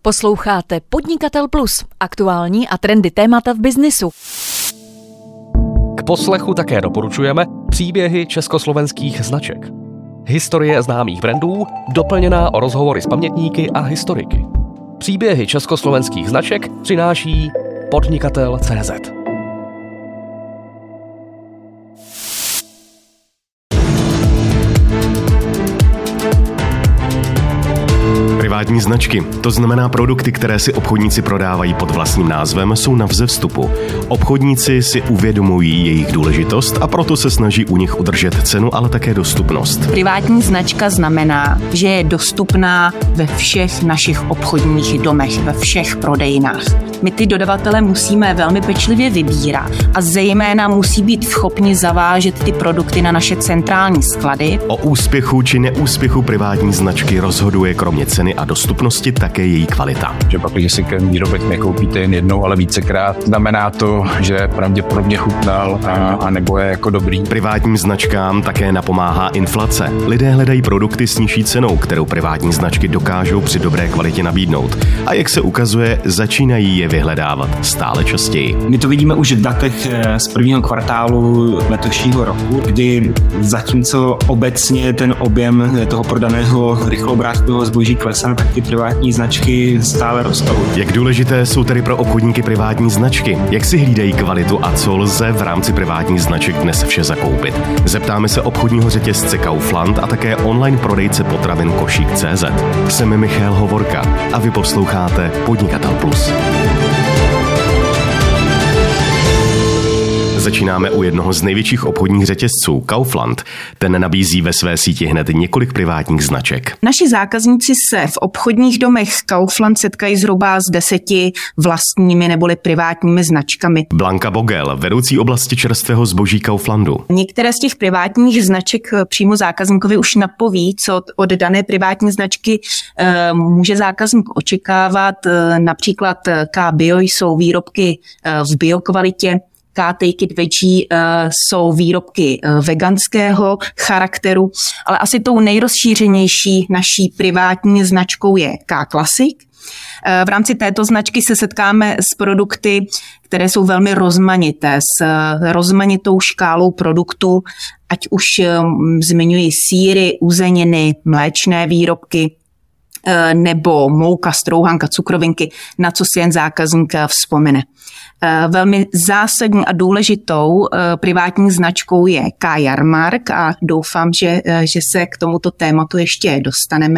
Posloucháte Podnikatel Plus, aktuální a trendy témata v biznisu. K poslechu také doporučujeme příběhy československých značek. Historie známých brandů, doplněná o rozhovory s pamětníky a historiky. Příběhy československých značek přináší Podnikatel.cz. Privátní značky, to znamená produkty, které si obchodníci prodávají pod vlastním názvem, jsou na vzestupu. Obchodníci si uvědomují jejich důležitost a proto se snaží u nich udržet cenu, ale také dostupnost. Privátní značka znamená, že je dostupná ve všech našich obchodních domech, ve všech prodejnách. My ty dodavatele musíme velmi pečlivě vybírat a zejména musí být schopni zavážet ty produkty na naše centrální sklady. O úspěchu či neúspěchu privátní značky rozhoduje kromě ceny a dostupnosti také její kvalita. Že pak, když si ten výrobek nekoupíte jen jednou, ale vícekrát, znamená to, že pravděpodobně chutnal a nebo je jako dobrý. Privátním značkám také napomáhá inflace. Lidé hledají produkty s nižší cenou, kterou privátní značky dokážou při dobré kvalitě nabídnout. A jak se ukazuje, začínají je vyhledávat stále častěji. My to vidíme už v datech z prvního kvartálu letošního roku, kdy zatímco obecně ten objem toho prodaného rychloobrátového zboží klesá, tak ty privátní značky stále rostou. Jak důležité jsou tedy pro obchodníky privátní značky? Jak si hlídají kvalitu a co lze v rámci privátních značek dnes vše zakoupit? Zeptáme se obchodního řetězce Kaufland a také online prodejce potravin Košík.cz. Jsem Michal Hovorka a vy posloucháte Podnikatel Plus. Začínáme u jednoho z největších obchodních řetězců, Kaufland. Ten nabízí ve své síti hned několik privátních značek. Naši zákazníci se v obchodních domech Kaufland setkají zhruba s 10 vlastními neboli privátními značkami. Blanka Bogel, vedoucí oblasti čerstvého zboží Kauflandu. Některé z těch privátních značek přímo zákazníkovi už napoví, co od dané privátní značky může zákazník očekávat. Například K-Bio jsou výrobky v biokvalitě, Take It Veggie jsou výrobky veganského charakteru, ale asi tou nejrozšířenější naší privátní značkou je K-Classic. V rámci této značky se setkáme s produkty, které jsou velmi rozmanité, s rozmanitou škálou produktů, ať už zmiňuji sýry, uzeniny, mléčné výrobky, nebo mouka, strouhanka, cukrovinky, na co si jen zákazník vzpomene. Velmi zásadní a důležitou privátní značkou je K-Jarmark a doufám, že se k tomuto tématu ještě dostaneme.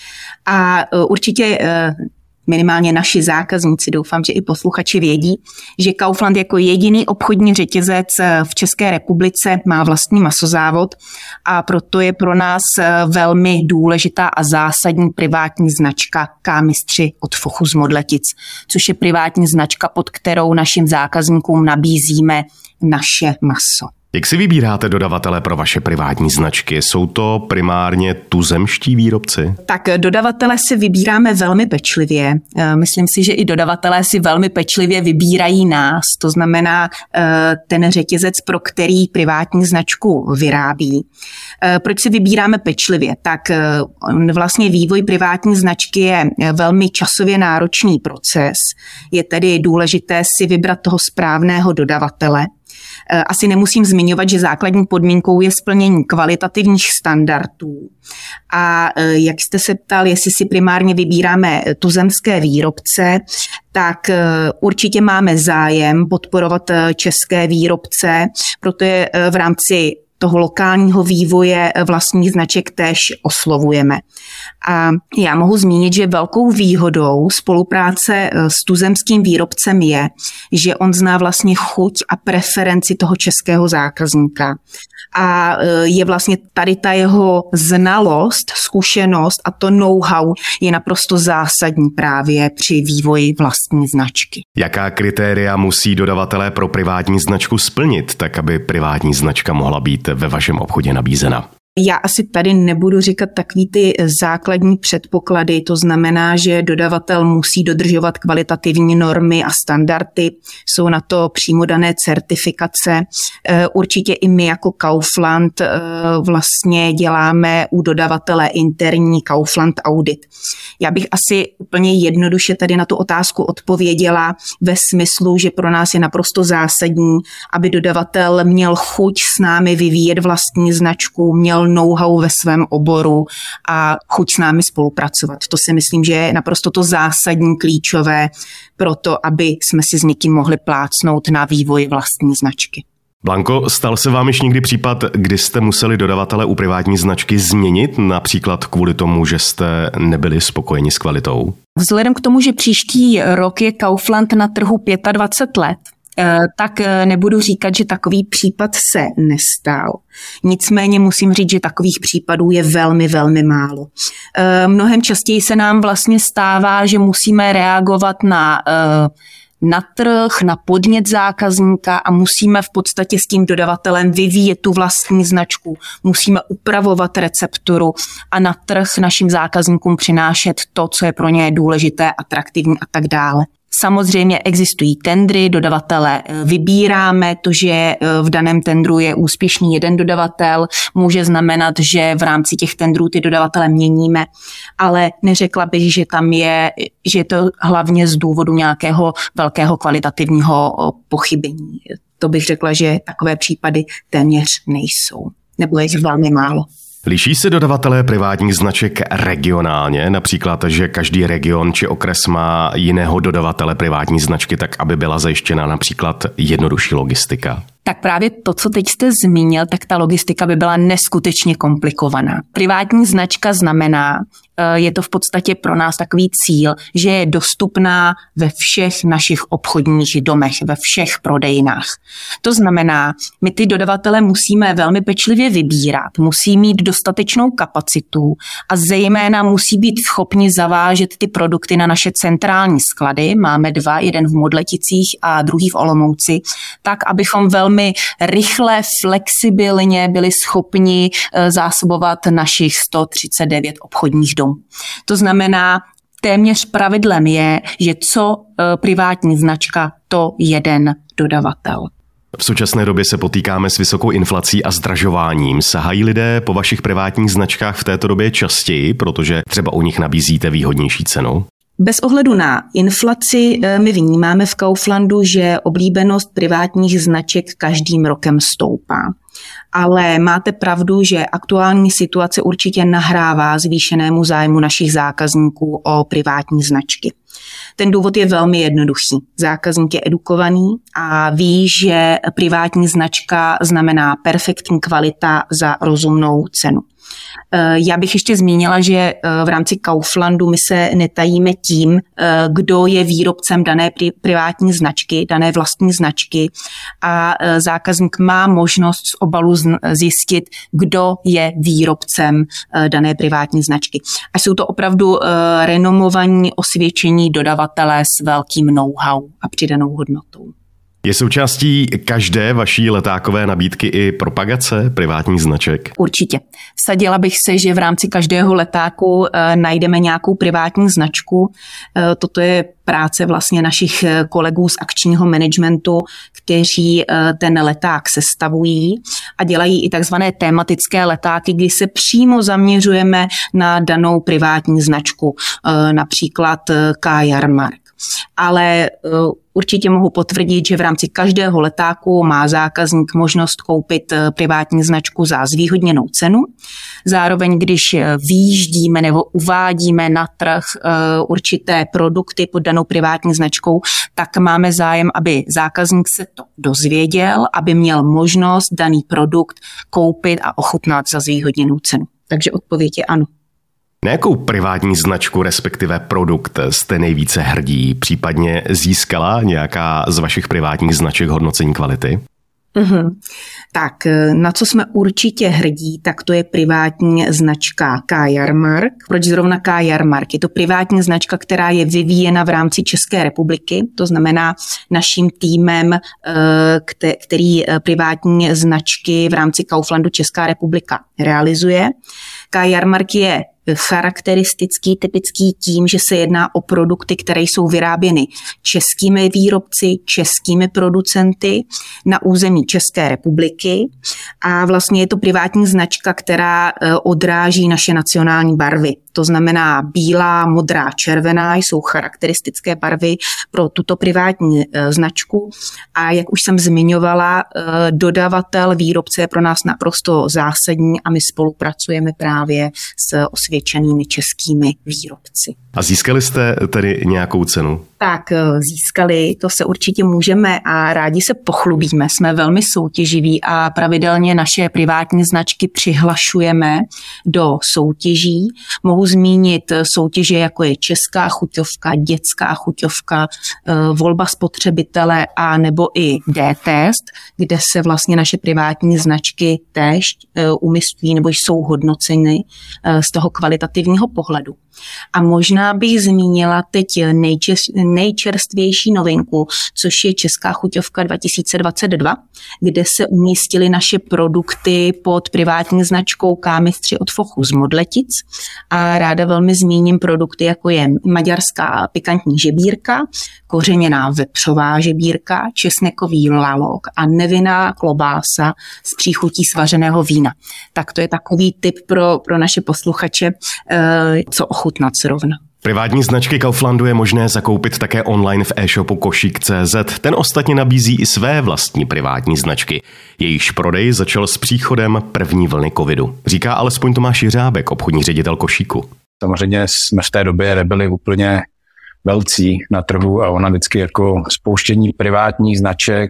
A určitě minimálně naši zákazníci, doufám, že i posluchači vědí, že Kaufland jako jediný obchodní řetězec v České republice má vlastní masozávod a proto je pro nás velmi důležitá a zásadní privátní značka K-Mistři od Fochu z Modletic, což je privátní značka, pod kterou našim zákazníkům nabízíme naše maso. Jak si vybíráte dodavatele pro vaše privátní značky? Jsou to primárně tuzemští výrobci? Tak dodavatele si vybíráme velmi pečlivě. Myslím si, že i dodavatelé si velmi pečlivě vybírají nás. To znamená ten řetězec, pro který privátní značku vyrábí. Proč si vybíráme pečlivě? Tak vlastně vývoj privátní značky je velmi časově náročný proces. Je tedy důležité si vybrat toho správného dodavatele. Asi nemusím zmiňovat, že základní podmínkou je splnění kvalitativních standardů. A jak jste se ptal, jestli si primárně vybíráme tuzemské výrobce, tak určitě máme zájem podporovat české výrobce, proto je v rámci toho lokálního vývoje vlastních značek též oslovujeme. A já mohu zmínit, že velkou výhodou spolupráce s tuzemským výrobcem je, že on zná vlastně chuť a preferenci toho českého zákazníka. A je vlastně tady ta jeho znalost, zkušenost a to know-how je naprosto zásadní právě při vývoji vlastní značky. Jaká kritéria musí dodavatelé pro privátní značku splnit, tak aby privátní značka mohla být ve vašem obchodě nabízena? Já asi tady nebudu říkat takový ty základní předpoklady, to znamená, že dodavatel musí dodržovat kvalitativní normy a standardy, jsou na to přímo dané certifikace. Určitě i my jako Kaufland vlastně děláme u dodavatele interní Kaufland audit. Já bych asi úplně jednoduše tady na tu otázku odpověděla ve smyslu, že pro nás je naprosto zásadní, aby dodavatel měl chuť s námi vyvíjet vlastní značku, měl know-how ve svém oboru a chuť s námi spolupracovat. To si myslím, že je naprosto to zásadní klíčové pro to, aby jsme si s někým mohli plácnout na vývoj vlastní značky. Blanko, stal se vám již někdy případ, kdy jste museli dodavatele u privátní značky změnit, například kvůli tomu, že jste nebyli spokojeni s kvalitou? Vzhledem k tomu, že příští rok je Kaufland na trhu 25 let, tak nebudu říkat, že takový případ se nestal. Nicméně musím říct, že takových případů je velmi, velmi málo. Mnohem častěji se nám vlastně stává, že musíme reagovat na trh, na podnět zákazníka a musíme v podstatě s tím dodavatelem vyvíjet tu vlastní značku, musíme upravovat recepturu a na trh našim zákazníkům přinášet to, co je pro ně důležité, atraktivní a tak dále. Samozřejmě existují tendry, dodavatele vybíráme, to, že v daném tendru je úspěšný jeden dodavatel, může znamenat, že v rámci těch tendrů ty dodavatele měníme, ale neřekla bych, že je to hlavně z důvodu nějakého velkého kvalitativního pochybení. To bych řekla, že takové případy téměř nejsou, nebo je velmi málo. Liší se dodavatelé privátních značek regionálně, například, že každý region či okres má jiného dodavatele privátní značky, tak aby byla zajištěna například jednodušší logistika? Tak právě to, co teď jste zmínil, tak ta logistika by byla neskutečně komplikovaná. Privátní značka znamená, je to v podstatě pro nás takový cíl, že je dostupná ve všech našich obchodních domech, ve všech prodejnách. To znamená, my ty dodavatele musíme velmi pečlivě vybírat, musí mít dostatečnou kapacitu a zejména musí být schopni zavážet ty produkty na naše centrální sklady. Máme 2, jeden v Modleticích a druhý v Olomouci, tak abychom velmi rychle, flexibilně byli schopni zásobovat našich 139 obchodních domů. To znamená, téměř pravidlem je, že co privátní značka, to jeden dodavatel. V současné době se potýkáme s vysokou inflací a zdražováním. Sahají lidé po vašich privátních značkách v této době častěji, protože třeba u nich nabízíte výhodnější cenu? Bez ohledu na inflaci my vnímáme v Kauflandu, že oblíbenost privátních značek každým rokem stoupá. Ale máte pravdu, že aktuální situace určitě nahrává zvýšenému zájmu našich zákazníků o privátní značky. Ten důvod je velmi jednoduchý. Zákazník je edukovaný a ví, že privátní značka znamená perfektní kvalita za rozumnou cenu. Já bych ještě zmínila, že v rámci Kauflandu my se netajíme tím, kdo je výrobcem dané privátní značky, dané vlastní značky a zákazník má možnost z obalu zjistit, kdo je výrobcem dané privátní značky. A jsou to opravdu renomovaní, osvědčení dodavatelé s velkým know-how a přidanou hodnotou. Je součástí každé vaší letákové nabídky i propagace privátních značek? Určitě. Vsadila bych se, že v rámci každého letáku najdeme nějakou privátní značku. Toto je práce vlastně našich kolegů z akčního managementu, kteří ten leták sestavují a dělají i takzvané tematické letáky, kdy se přímo zaměřujeme na danou privátní značku, například K-Jarmark. Ale určitě mohu potvrdit, že v rámci každého letáku má zákazník možnost koupit privátní značku za zvýhodněnou cenu. Zároveň, když vyjíždíme nebo uvádíme na trh určité produkty pod danou privátní značkou, tak máme zájem, aby zákazník se to dozvěděl, aby měl možnost daný produkt koupit a ochutnat za zvýhodněnou cenu. Takže odpověď je ano. Na jakou privátní značku, respektive produkt jste nejvíce hrdí? Případně získala nějaká z vašich privátních značek hodnocení kvality? Tak, na co jsme určitě hrdí, tak to je privátní značka K-Jarmark. Proč zrovna K-Jarmark? Je to privátní značka, která je vyvíjena v rámci České republiky, to znamená naším týmem, který privátní značky v rámci Kauflandu Česká republika realizuje. K-Jarmark je charakteristický, typický tím, že se jedná o produkty, které jsou vyráběny českými výrobci, českými producenty na území České republiky a vlastně je to privátní značka, která odráží naše nacionální barvy. To znamená bílá, modrá, červená jsou charakteristické barvy pro tuto privátní značku a jak už jsem zmiňovala, dodavatel, výrobce je pro nás naprosto zásadní a my spolupracujeme právě s osvědčenými českými výrobci. A získali jste tedy nějakou cenu? Tak získali, to se určitě můžeme a rádi se pochlubíme. Jsme velmi soutěživí a pravidelně naše privátní značky přihlašujeme do soutěží. Mohu zmínit soutěže, jako je Česká chuťovka, Dětská chuťovka, Volba spotřebitele a nebo i D-test, kde se vlastně naše privátní značky též umístují nebo jsou hodnoceny z toho kvalitativního pohledu. A možná bych zmínila teď nejčerstvější novinku, což je Česká chuťovka 2022, kde se umístily naše produkty pod privátní značkou K-mistři od Fochu z Modletic. A ráda velmi zmíním produkty, jako je maďarská pikantní žebírka, kořeněná vepřová žebírka, česnekový lalok a nevinná klobása s příchutí svařeného vína. Tak to je takový tip pro naše posluchače, co ochutnat zrovna. Privátní značky Kauflandu je možné zakoupit také online v e-shopu košík.cz. Ten ostatně nabízí i své vlastní privátní značky. Jejichž prodej začal s příchodem první vlny covidu. Říká alespoň Tomáš Jiřábek, obchodní ředitel Košíku. Samozřejmě jsme v té době nebyli úplně velcí na trhu a ona vždycky jako spouštění privátních značek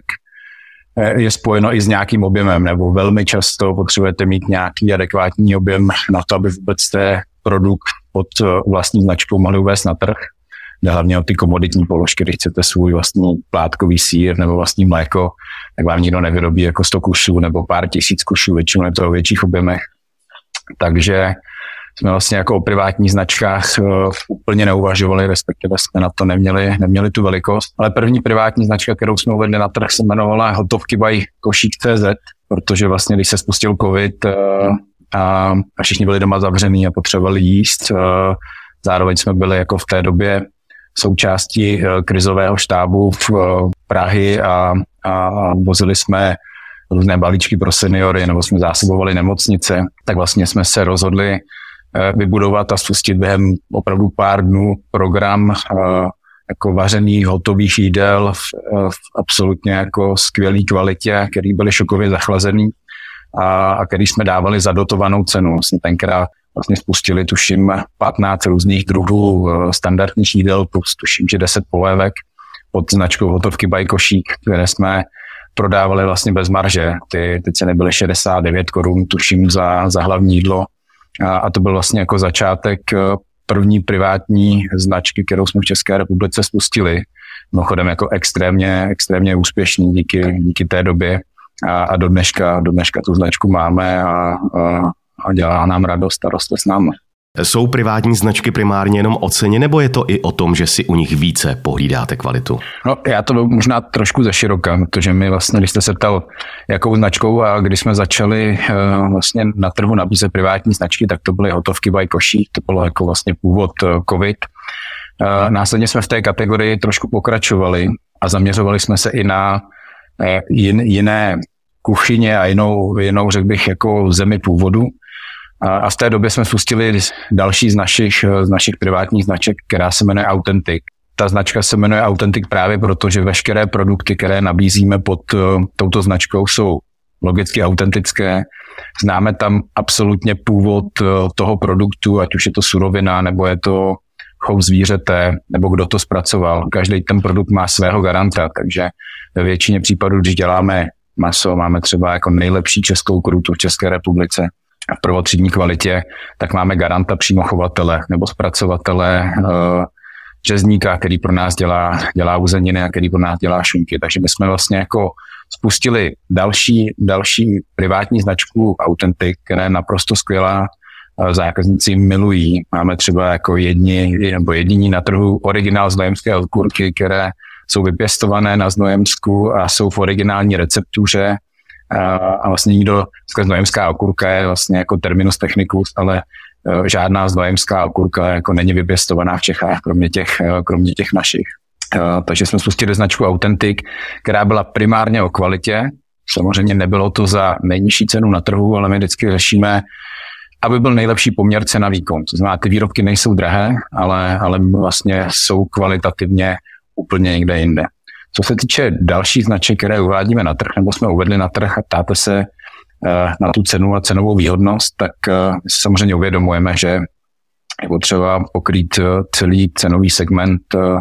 je spojeno i s nějakým objemem, nebo velmi často potřebujete mít nějaký adekvátní objem na to, aby vůbec té produkt pod vlastní značkou mohli uvést na trh. Jde hlavně o ty komoditní položky, když chcete svůj vlastní plátkový sýr nebo vlastní mléko, tak vám nikdo nevyrobí jako 100 kusů nebo pár tisíc kusů, většinou je to o větších objemech. Takže jsme vlastně jako o privátních značkách úplně neuvažovali, respektive jsme na to neměli tu velikost. Ale první privátní značka, kterou jsme uvedli na trh, se jmenovala Hotovky by Košík.cz, protože vlastně, když se spustil covid a všichni byli doma zavřený a potřebovali jíst, zároveň jsme byli jako v té době součástí krizového štábu v Prahy a vozili jsme různé balíčky pro seniory nebo jsme zásobovali nemocnice, tak vlastně jsme se rozhodli vybudovat a spustit během opravdu pár dnů program jako vařených hotových jídel v absolutně jako skvělé kvalitě, který byly šokově zachlazený a který jsme dávali za dotovanou cenu. Vlastně tenkrát vlastně spustili, tuším, 15 různých druhů standardních jídel, plus tuším, že 10 polévek pod značkou Hotovky by Košík, které jsme prodávali vlastně bez marže. Ty ceny byly 69 korun, tuším, za hlavní jídlo. A to byl vlastně jako začátek první privátní značky, kterou jsme v České republice spustili. Mimochodem jako extrémně úspěšný díky té době. A do dneška tu značku máme a dělá nám radost a roste s námi. Jsou privátní značky primárně jenom o ceně, nebo je to i o tom, že si u nich více pohlídáte kvalitu? No, já to možná trošku ze široka, protože my vlastně, když jste se ptal, jakou značkou a když jsme začali vlastně na trhu nabízet privátní značky, tak to byly Hotovky by Košík, to bylo jako vlastně původ covid. Následně jsme v té kategorii trošku pokračovali a zaměřovali jsme se i na jiné kuchyně a jinou řekl bych, jako zemi původu. A v té době jsme spustili další z našich privátních značek, která se jmenuje Authentic. Ta značka se jmenuje Authentic právě proto, že veškeré produkty, které nabízíme pod touto značkou, jsou logicky autentické. Známe tam absolutně původ toho produktu, ať už je to surovina, nebo je to chov zvířete, nebo kdo to zpracoval. Každý ten produkt má svého garanta, takže ve většině případů, když děláme maso, máme třeba jako nejlepší českou krutu v České republice v prvotřídní kvalitě, tak máme garanta přímo chovatele nebo zpracovatele řezníka, který pro nás dělá uzeniny a který pro nás dělá šunky. Takže my jsme vlastně jako spustili další privátní značku Authentic, která je naprosto skvělá, zákazníci milují. Máme třeba jako jediní na trhu originál znojemské okurky, které jsou vypěstované na Znojemsku a jsou v originální receptuře. A vlastně znojemská okurka je vlastně jako terminus technicus, ale žádná znojemská okurka jako není vypěstovaná v Čechách, kromě těch našich. Takže jsme spustili značku Authentic, která byla primárně o kvalitě. Samozřejmě nebylo to za nejnižší cenu na trhu, ale my vždycky řešíme, aby byl nejlepší poměr cena výkon. To znamená, ty výrobky nejsou drahé, ale vlastně jsou kvalitativně úplně někde jinde. Co se týče dalších značek, které uvádíme na trh, nebo jsme uvedli na trh a ptáte se na tu cenu a cenovou výhodnost, tak si samozřejmě uvědomujeme, že je potřeba pokrýt celý cenový segment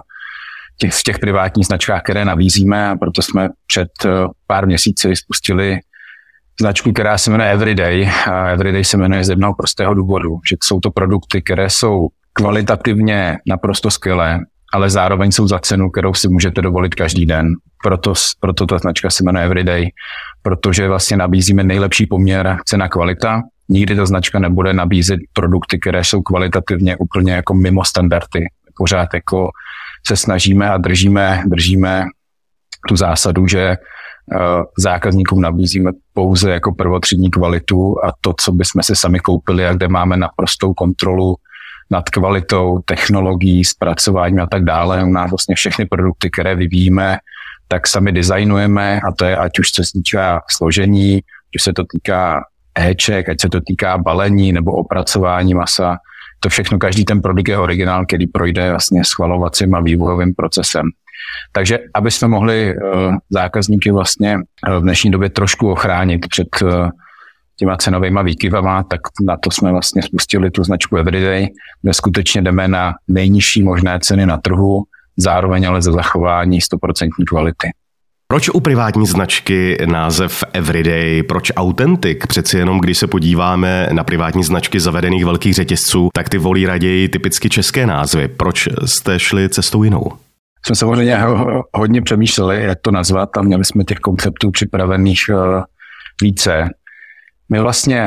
v těch privátních značkách, které nabízíme, a proto jsme před pár měsíci spustili značku, která se jmenuje Everyday. A Everyday se jmenuje z jednoho prostého důvodu, že jsou to produkty, které jsou kvalitativně naprosto skvělé, ale zároveň jsou za cenu, kterou si můžete dovolit každý den. Proto ta značka se jmenuje Everyday, protože vlastně nabízíme nejlepší poměr cena-kvalita. Nikdy ta značka nebude nabízet produkty, které jsou kvalitativně úplně jako mimo standardy. Pořád jako se snažíme a držíme tu zásadu, že zákazníkům nabízíme pouze jako prvotřídní kvalitu a to, co bychom si sami koupili a kde máme naprostou kontrolu nad kvalitou, technologií, zpracováním a tak dále. U nás vlastně všechny produkty, které vyvíjíme, tak sami designujeme, a to je ať už co se týká složení, ať se to týká éček, ať se to týká balení nebo opracování masa. To všechno, každý ten produkt je originál, který projde vlastně schvalovacím a vývojovým procesem. Takže aby jsme mohli zákazníky vlastně v dnešní době trošku ochránit před těma cenovýma výkyvama, tak na to jsme vlastně spustili tu značku Everyday, kde skutečně jdeme na nejnižší možné ceny na trhu, zároveň ale za zachování 100% kvality. Proč u privátní značky název Everyday, proč Authentic? Přeci jenom, když se podíváme na privátní značky zavedených velkých řetězců, tak ty volí raději typicky české názvy. Proč jste šli cestou jinou? Jsme samozřejmě hodně přemýšleli, jak to nazvat, a měli jsme těch konceptů připravených více. My vlastně,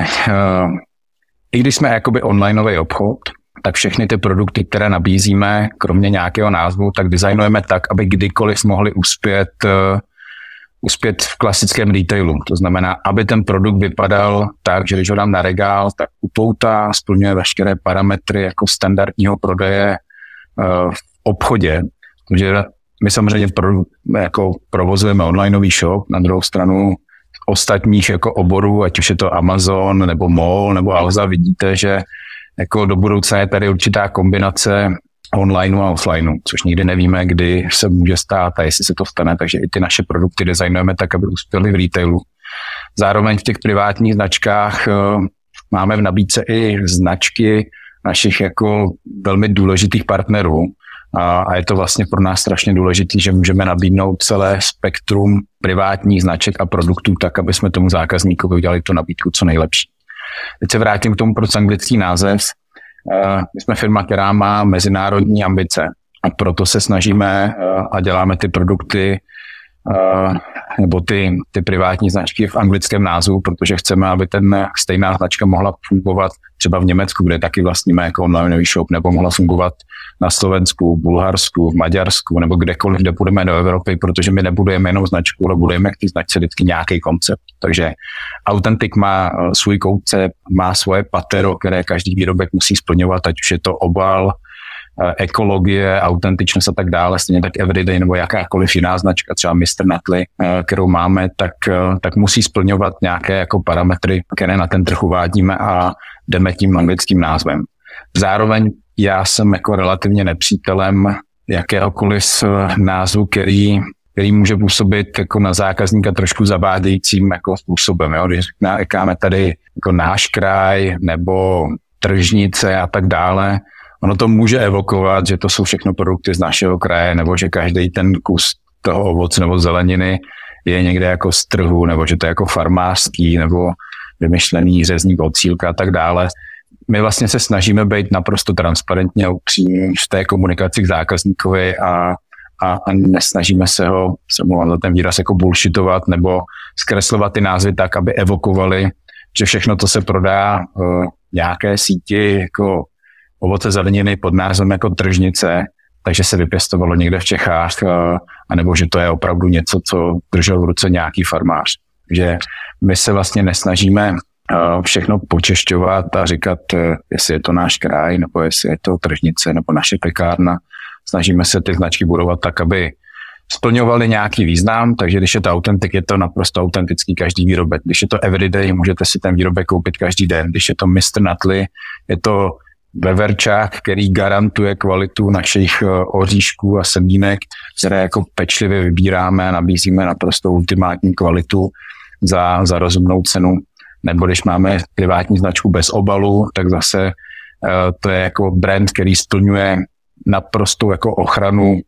i když jsme jakoby onlineový obchod, tak všechny ty produkty, které nabízíme, kromě nějakého názvu, tak designujeme tak, aby kdykoliv mohli uspět v klasickém retailu. To znamená, aby ten produkt vypadal tak, že když ho dám na regál, tak upoutá, splňuje veškeré parametry jako standardního prodeje v obchodě. Takže my samozřejmě jako provozujeme onlineový shop, na druhou stranu ostatních jako oborů, ať už je to Amazon nebo MOL nebo Alza, vidíte, že jako do budoucna je tady určitá kombinace online a offline, což nikdy nevíme, kdy se může stát a jestli se to stane, takže i ty naše produkty designujeme tak, aby uspěly v retailu. Zároveň v těch privátních značkách máme v nabídce i značky našich jako velmi důležitých partnerů a je to vlastně pro nás strašně důležité, že můžeme nabídnout celé spektrum privátních značek a produktů tak, aby jsme tomu zákazníkovi udělali tu nabídku co nejlepší. Teď se vrátím k tomu, proč anglický název. My jsme firma, která má mezinárodní ambice a proto se snažíme a děláme ty produkty nebo ty privátní značky v anglickém názvu, protože chceme, aby stejná značka mohla fungovat třeba v Německu, kde taky vlastníme jako online shop, nebo mohla fungovat na Slovensku, v Bulharsku, v Maďarsku, nebo kdekoliv, kde půjdeme do Evropy, protože my nebudujeme jenom značku, ale budujeme k té značce vždycky nějaký koncept. Takže Authentic má svůj koncept, má svoje patero, které každý výrobek musí splňovat, ať už je to obal, ekologie, autentičnost a tak dále, stejně tak Everyday nebo jakákoliv jiná značka, třeba Mr. Nutley, kterou máme, tak musí splňovat nějaké jako parametry, které na ten trh uvádíme a jdeme tím anglickým názvem. Zároveň já jsem jako relativně nepřítelem jakéhokoliv názvu, který může působit jako na zákazníka trošku zavádějícím jako způsobem. Jo? Když říkáme tady jako náš kraj nebo tržnice a tak dále, ono to může evokovat, že to jsou všechno produkty z našeho kraje, nebo že každý ten kus toho ovoce nebo zeleniny je někde jako z trhu, nebo že to je jako farmářský, nebo vymyšlený řezník, odcílka a tak dále. My vlastně se snažíme být naprosto transparentně upřímní v té komunikaci k zákazníkovi a a nesnažíme se mluvám za ten výraz, jako bullshitovat nebo zkreslovat ty názvy tak, aby evokovali, že všechno to se prodá nějaké síti jako ovoce zeleniny pod názvem jako tržnice, takže se vypěstovalo někde v Čechách, anebo že to je opravdu něco, co držel v ruce nějaký farmář. Že my se vlastně nesnažíme všechno počešťovat a říkat, jestli je to náš kraj, nebo jestli je to tržnice, nebo naše pekárna. Snažíme se ty značky budovat tak, aby splňovaly nějaký význam, takže když je to autentik, je to naprosto autentický každý výrobek. Když je to everyday, můžete si ten výrobek koupit každý den. Když je to Mr. Nutley, je to veverčák, který garantuje kvalitu našich oříšků a semínek, které jako pečlivě vybíráme a nabízíme naprosto ultimátní kvalitu za rozumnou cenu. Nebo když máme privátní značku bez obalu, tak zase to je jako brand, který splňuje naprostou jako ochranu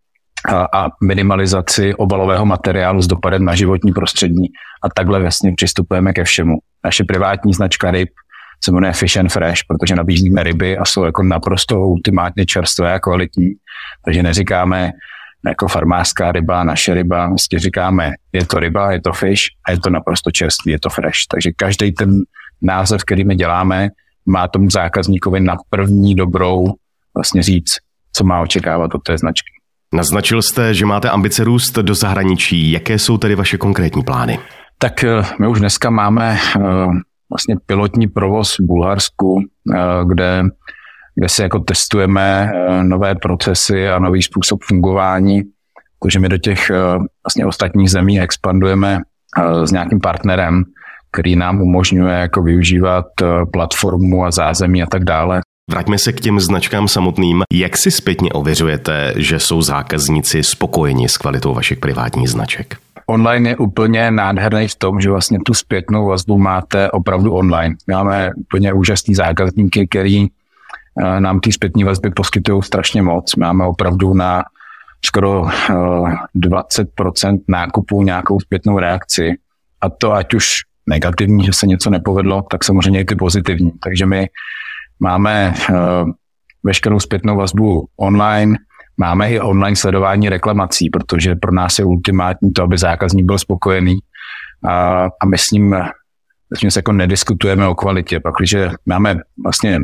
a minimalizaci obalového materiálu s dopadem na životní prostředí. A takhle vlastně přistupujeme ke všemu. Naše privátní značka ryb se jmenuje Fish and Fresh, protože nabízíme ryby a jsou jako naprosto ultimátně čerstvé a kvalitní. Takže neříkáme jako farmářská ryba, naše ryba, vlastně říkáme, je to ryba, je to fish a je to naprosto čerstvý, je to fresh. Takže každý ten název, který my děláme, má tomu zákazníkovi na první dobrou vlastně říct, co má očekávat od té značky. Naznačil jste, že máte ambice růst do zahraničí. Jaké jsou tedy vaše konkrétní plány? Tak my už dneska máme vlastně pilotní provoz v Bulharsku, kde si jako testujeme nové procesy a nový způsob fungování, protože my do těch vlastně ostatních zemí expandujeme s nějakým partnerem, který nám umožňuje jako využívat platformu a zázemí a tak dále. Vraťme se k těm značkám samotným. Jak si zpětně ověřujete, že jsou zákazníci spokojeni s kvalitou vašich privátních značek? Online je úplně nádherný v tom, že vlastně tu zpětnou vazbu máte opravdu online. Máme úplně úžasný zákazníky, který nám ty zpětné vazby poskytují strašně moc. Máme opravdu na skoro 20% nákupů nějakou zpětnou reakci. A to ať už negativní, že se něco nepovedlo, tak samozřejmě i ty pozitivní. Takže my máme veškerou zpětnou vazbu online, máme i online sledování reklamací, protože pro nás je ultimátní to, aby zákazník byl spokojený a my s ním se jako nediskutujeme o kvalitě. Pak, když máme vlastně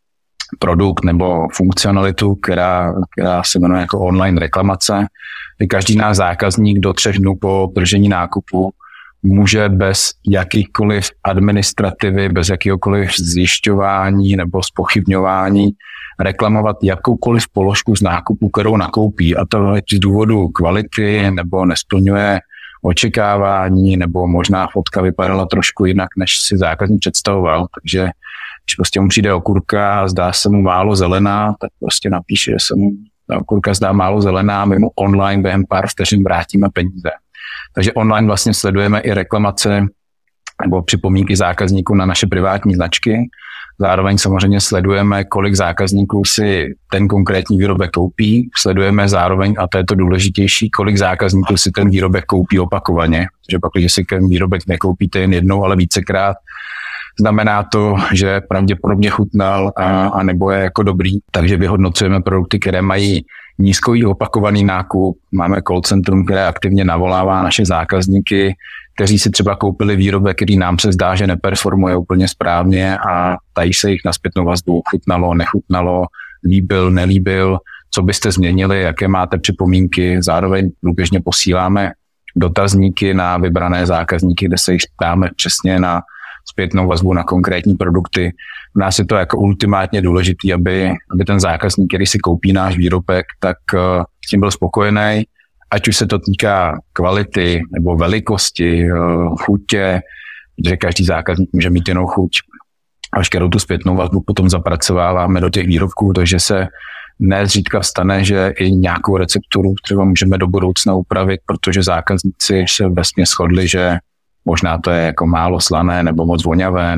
produkt nebo funkcionalitu, která se jmenuje jako online reklamace, kdy každý náš zákazník do 3 dnů po obdržení nákupu může bez jakýchkoliv administrativy, bez jakýhokoliv zjišťování nebo zpochybňování reklamovat jakoukoliv položku z nákupu, kterou nakoupí. A to z důvodu kvality nebo nesplňuje očekávání, nebo možná fotka vypadala trošku jinak, než si zákazník představoval. Takže když prostě mu přijde okurka a zdá se mu málo zelená, tak prostě napíše, že se mu ta okurka zdá málo zelená a my mu online během pár vteřin vrátíme peníze. Takže online vlastně sledujeme i reklamace nebo připomínky zákazníků na naše privátní značky. Zároveň samozřejmě sledujeme, kolik zákazníků si ten konkrétní výrobek koupí. Sledujeme zároveň, a to je to důležitější, kolik zákazníků si ten výrobek koupí opakovaně. Protože pak, když si ten výrobek nekoupíte jen jednou, ale vícekrát, znamená to, že pravděpodobně chutnal a nebo je jako dobrý. Takže vyhodnocujeme produkty, které mají nízkový opakovaný nákup. Máme call centrum, které aktivně navolává naše zákazníky, kteří si třeba koupili výrobek, který nám se zdá, že neperformuje úplně správně a tají se jich na zpětnou vazbu. Chutnalo, nechutnalo, líbil, nelíbil, co byste změnili, jaké máte připomínky. Zároveň průběžně posíláme dotazníky na vybrané zákazníky, kde se jich ptáme přesně na zpětnou vazbu na konkrétní produkty. U nás je to jako ultimátně důležitý, aby ten zákazník, který si koupí náš výrobek, tak s tím byl spokojený, ať už se to týká kvality nebo velikosti, chutě, že každý zákazník může mít jinou chuť. A veškerou tu zpětnou vazbu potom zapracováváme do těch výrobků, takže se nezřídka stane, že i nějakou recepturu třeba můžeme do budoucna upravit, protože zákazníci se vesměs shodli, že možná to je jako málo slané nebo moc voňavé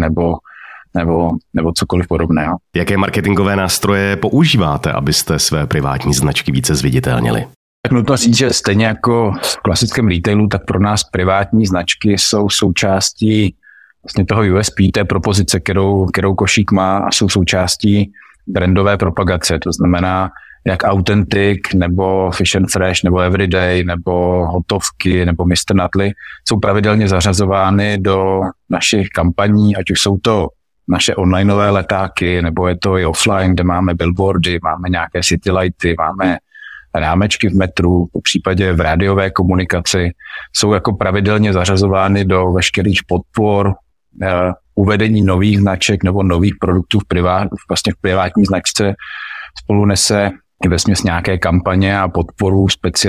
nebo cokoliv podobného. Jaké marketingové nástroje používáte, abyste své privátní značky více zviditelnili? Tak nutno říct, že stejně jako v klasickém retailu, tak pro nás privátní značky jsou součástí vlastně toho USP, té propozice, kterou košík má, a jsou součástí brandové propagace. To znamená, jak Authentic, nebo Fish and Fresh, nebo Everyday, nebo Hotovky, nebo Mr. Nutley, jsou pravidelně zařazovány do našich kampaní, ať už jsou to naše onlineové letáky, nebo je to i offline, kde máme billboardy, máme nějaké city lighty, máme rámečky v metru, po případě v rádiové komunikaci, jsou jako pravidelně zařazovány do veškerých podpor, uvedení nových značek nebo nových produktů vlastně v privátní značce spolu nese i vesměs nějaké kampaně a podporu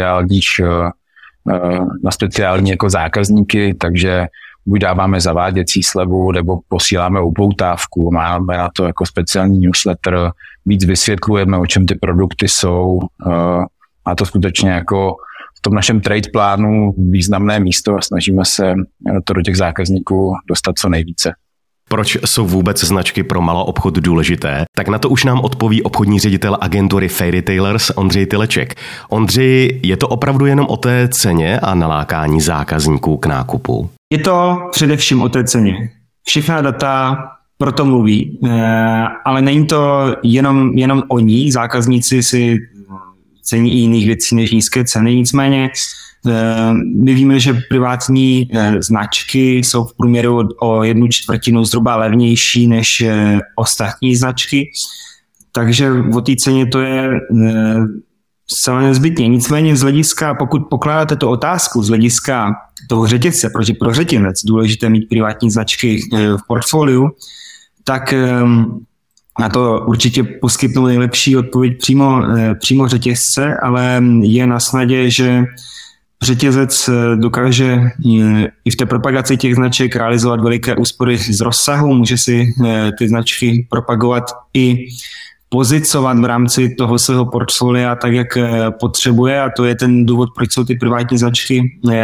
na speciální jako zákazníky, takže buď dáváme zaváděcí slevu, nebo posíláme upoutávku, máme na to jako speciální newsletter, víc vysvětlujeme, o čem ty produkty jsou. Má to skutečně jako v tom našem trade plánu významné místo a snažíme se to do těch zákazníků dostat co nejvíce. Proč jsou vůbec značky pro maloobchod důležité? Tak na to už nám odpoví obchodní ředitel agentury Fairy Tailors Ondřej Tyleček. Ondřej, je to opravdu jenom o té ceně a nalákání zákazníků k nákupu? Je to především o té ceně. Všechna data proto mluví, ale není to jenom o ní. Zákazníci si cení i jiných věcí než nízké ceny. Nicméně my víme, že privátní značky jsou v průměru o 1/4 zhruba levnější než ostatní značky, takže o té ceně to je zcela nezbytně. Nicméně z hlediska, pokud pokládáte tu otázku z hlediska toho řetězce, protože pro řetězec důležité mít privátní značky v portfoliu, tak na to určitě poskytnou nejlepší odpověď přímo řetězce, ale je na snadě, že řetězec dokáže i v té propagaci těch značek realizovat veliké úspory z rozsahu, může si ty značky propagovat i pozicovat v rámci toho svého portfolia tak, jak potřebuje, a to je ten důvod, proč jsou ty privátní značky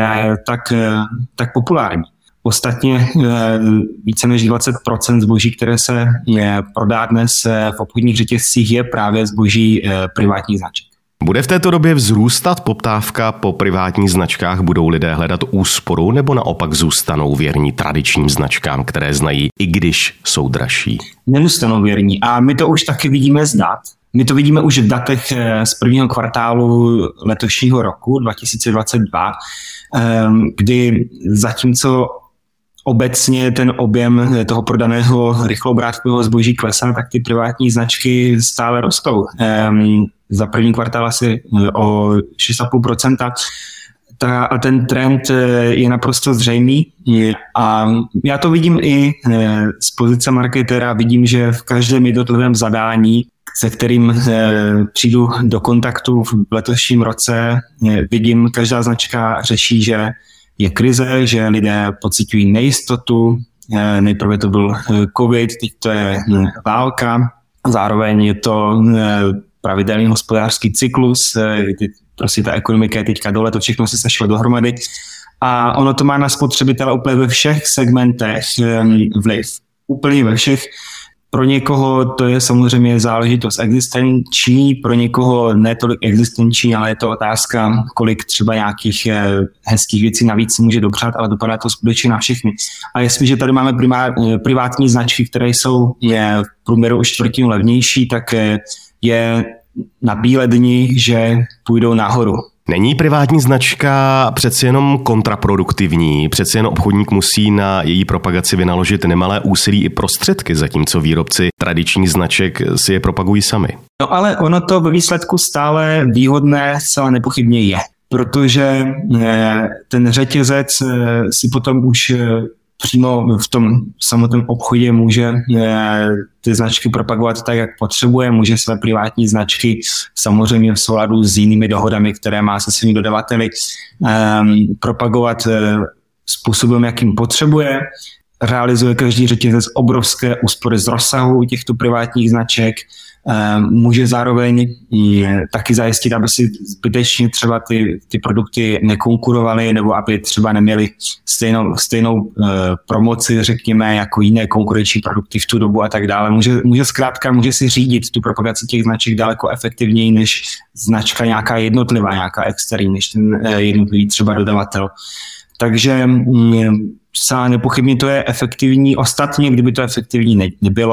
tak populární. Ostatně více než 20% zboží, které se prodá dnes v obchodních řetězcích, je právě zboží privátních značek. Bude v této době vzrůstat poptávka po privátních značkách? Budou lidé hledat úsporu nebo naopak zůstanou věrní tradičním značkám, které znají, i když jsou dražší? Nezůstanou věrní a my to už taky vidíme z dat. My to vidíme už v datech z prvního kvartálu letošního roku 2022, kdy zatímco obecně ten objem toho prodaného rychloobrátkového zboží klesá, tak ty privátní značky stále rostou. Za první kvartál asi o 6,5%. A ten trend je naprosto zřejmý. A já to vidím i z pozice marketera. Vidím, že v každém jednotlivém zadání, se kterým přijdu do kontaktu v letošním roce, vidím, každá značka řeší, že je krize, že lidé pociťují nejistotu. Nejprve to byl covid, teď to je válka. Zároveň je to pravidelný hospodářský cyklus, prostě ta ekonomika je teďka dole, to všechno se sešlo dohromady. A ono to má na spotřebitele úplně ve všech segmentech vliv. Úplně ve všech. Pro někoho to je samozřejmě záležitost existenční, pro někoho ne tolik existenční, ale je to otázka, kolik třeba nějakých hezkých věcí navíc může dopřát, ale dopadá to skutečně na všechny. A jestliže tady máme privátní značky, které jsou v průměru o 1/4 levnější, tak je na bílé dni, že půjdou nahoru. Není privátní značka přeci jenom kontraproduktivní? Přeci jen obchodník musí na její propagaci vynaložit nemalé úsilí i prostředky, zatímco výrobci tradičních značek si je propagují sami. No ale ono to ve výsledku stále výhodné zcela nepochybně je, protože ten řetězec si potom už přímo v tom samotném obchodě může ty značky propagovat tak, jak potřebuje, může své privátní značky samozřejmě v souladu s jinými dohodami, které má se svými dodavateli, propagovat způsobem, jakým potřebuje. Realizuje každý řetězec obrovské úspory z rozsahu těchto privátních značek, může zároveň taky zajistit, aby si zbytečně třeba ty produkty nekonkurovaly, nebo aby třeba neměly stejnou promoci, řekněme, jako jiné konkurenční produkty v tu dobu a tak dále. Může si řídit tu propagaci těch značek daleko efektivněji než značka nějaká jednotlivá, nějaká externí, než ten jednotlivý třeba dodavatel. Takže nepochybně to je efektivní. Ostatně, kdyby to efektivní nebylo,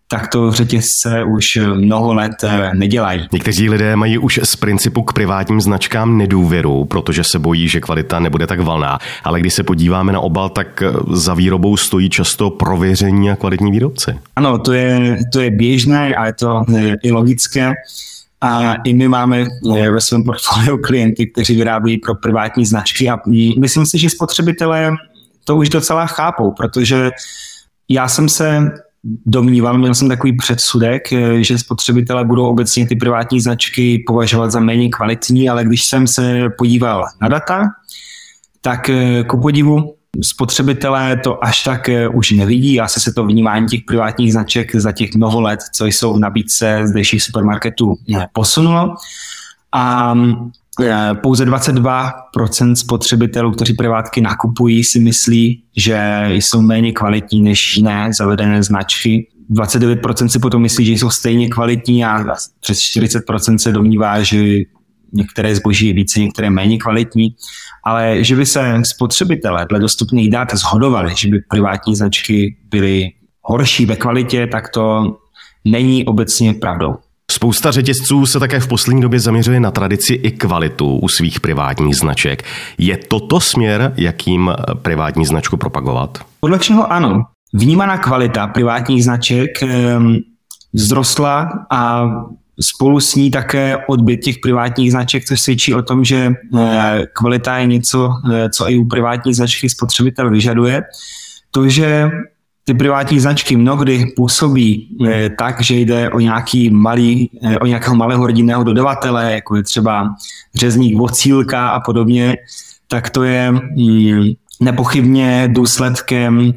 tak to řetězce už mnoho let nedělají. Někteří lidé mají už z principu k privátním značkám nedůvěru, protože se bojí, že kvalita nebude tak valná. Ale když se podíváme na obal, tak za výrobou stojí často prověření a kvalitní výrobci. Ano, to je běžné a je to i logické. A i my máme ve svém portfoliu klienty, kteří vyrábí pro privátní značky a myslím si, že spotřebitelé to už docela chápou, protože já jsem se domníval, měl jsem takový předsudek, že spotřebitelé budou obecně ty privátní značky považovat za méně kvalitní, ale když jsem se podíval na data, tak ku podivu spotřebitelé to až tak už nevidí. Asi se to vnímání těch privátních značek za těch mnoho let, co jsou v nabídce zdejších supermarketů, posunulo. A pouze 22% spotřebitelů, kteří privátky nakupují, si myslí, že jsou méně kvalitní než jiné zavedené značky. 29% si potom myslí, že jsou stejně kvalitní a přes 40% se domnívá, že některé zboží je více, některé méně kvalitní, ale že by se spotřebitelé dle dostupných dat shodovali, že by privátní značky byly horší ve kvalitě, tak to není obecně pravdou. Spousta řetězců se také v poslední době zaměřuje na tradici i kvalitu u svých privátních značek. Je toto směr, jakým privátní značku propagovat? Podle všeho ano. Vnímaná kvalita privátních značek vzrostla a spolu s ní také odbyt těch privátních značek, což svědčí o tom, že kvalita je něco, co i u privátní značky spotřebitel vyžaduje. To, že ty privátní značky mnohdy působí tak, že jde o nějakého malého rodinného dodavatele, jako je třeba řezník Vocílka a podobně, tak to je nepochybně důsledkem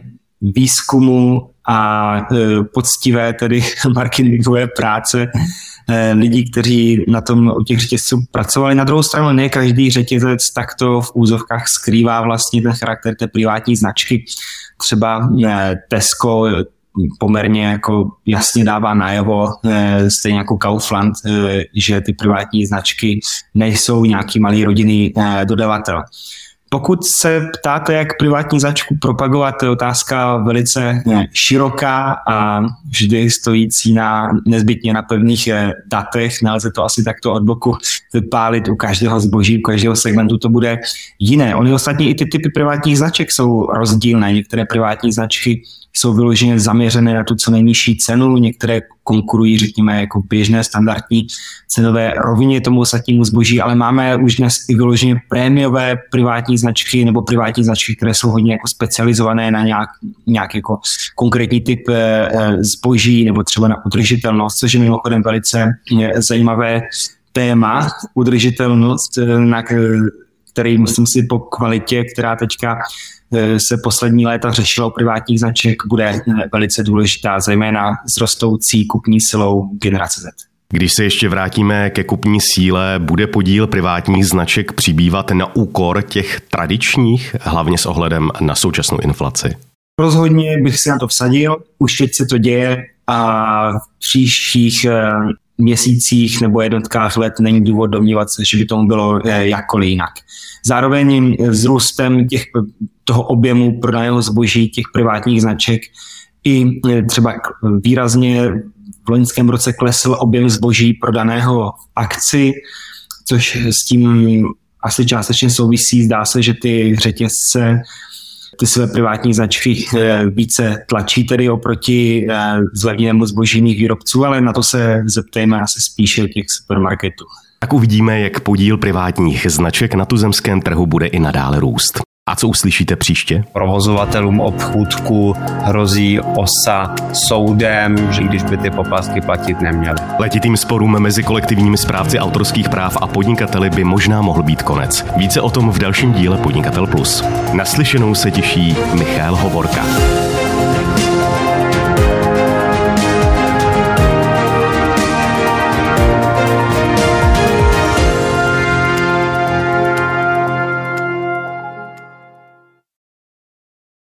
výzkumu a poctivé tedy marketingové práce lidí, kteří na tom u těch řetězců pracovali. Na druhou stranu ne každý řetězec takto v úzovkách skrývá vlastně ten charakter té privátní značky. Třeba Tesco poměrně jako jasně dává najevo, stejně jako Kaufland, že ty privátní značky nejsou nějaký malý rodinný dodavatel. Pokud se ptáte, jak privátní značku propagovat, to je otázka velice široká a vždy stojící nezbytně na pevných datech. Nelze to asi takto od boku vypálit u každého zboží, u každého segmentu to bude jiné. Ony ostatně i ty typy privátních značek jsou rozdílné. Některé privátní značky jsou vyloženě zaměřené na tu co nejnižší cenu, některé konkurují, řekněme, jako běžné standardní cenové rovině tomu ostatnímu zboží, ale máme už dnes i vyloženě prémiové privátní značky nebo privátní značky, které jsou hodně jako specializované na nějak jako konkrétní typ zboží nebo třeba na udržitelnost, což je mimochodem velice zajímavé téma, udržitelnost, na který myslím si po kvalitě, která teďka se poslední léta řešila u privátních značek, bude velice důležitá, zejména s rostoucí kupní silou generace Z. Když se ještě vrátíme ke kupní síle, bude podíl privátních značek přibývat na úkor těch tradičních, hlavně s ohledem na současnou inflaci? Rozhodně bych si na to vsadil, už teď se to děje a v příštích měsících nebo jednotkách let není důvod domnívat se, že by tomu bylo jakkoliv jinak. Zároveň s růstem toho objemu prodaného zboží těch privátních značek i třeba výrazně v loňském roce klesl objem zboží prodaného v akci, což s tím asi částečně souvisí. Zdá se, že ty řetězce ty své privátní značky více tlačí tedy oproti zlevněnému zboží jiných výrobců, ale na to se zeptejme asi spíše těch supermarketů. Tak uvidíme, jak podíl privátních značek na tuzemském trhu bude i nadále růst. A co uslyšíte příště? Provozovatelům obchůdku hrozí osa soudem, že když by ty poplatky platit neměli. Letitým sporům mezi kolektivními správci autorských práv a podnikateli by možná mohl být konec. Více o tom v dalším díle Podnikatel Plus. Naslyšenou se těší Michal Hovorka.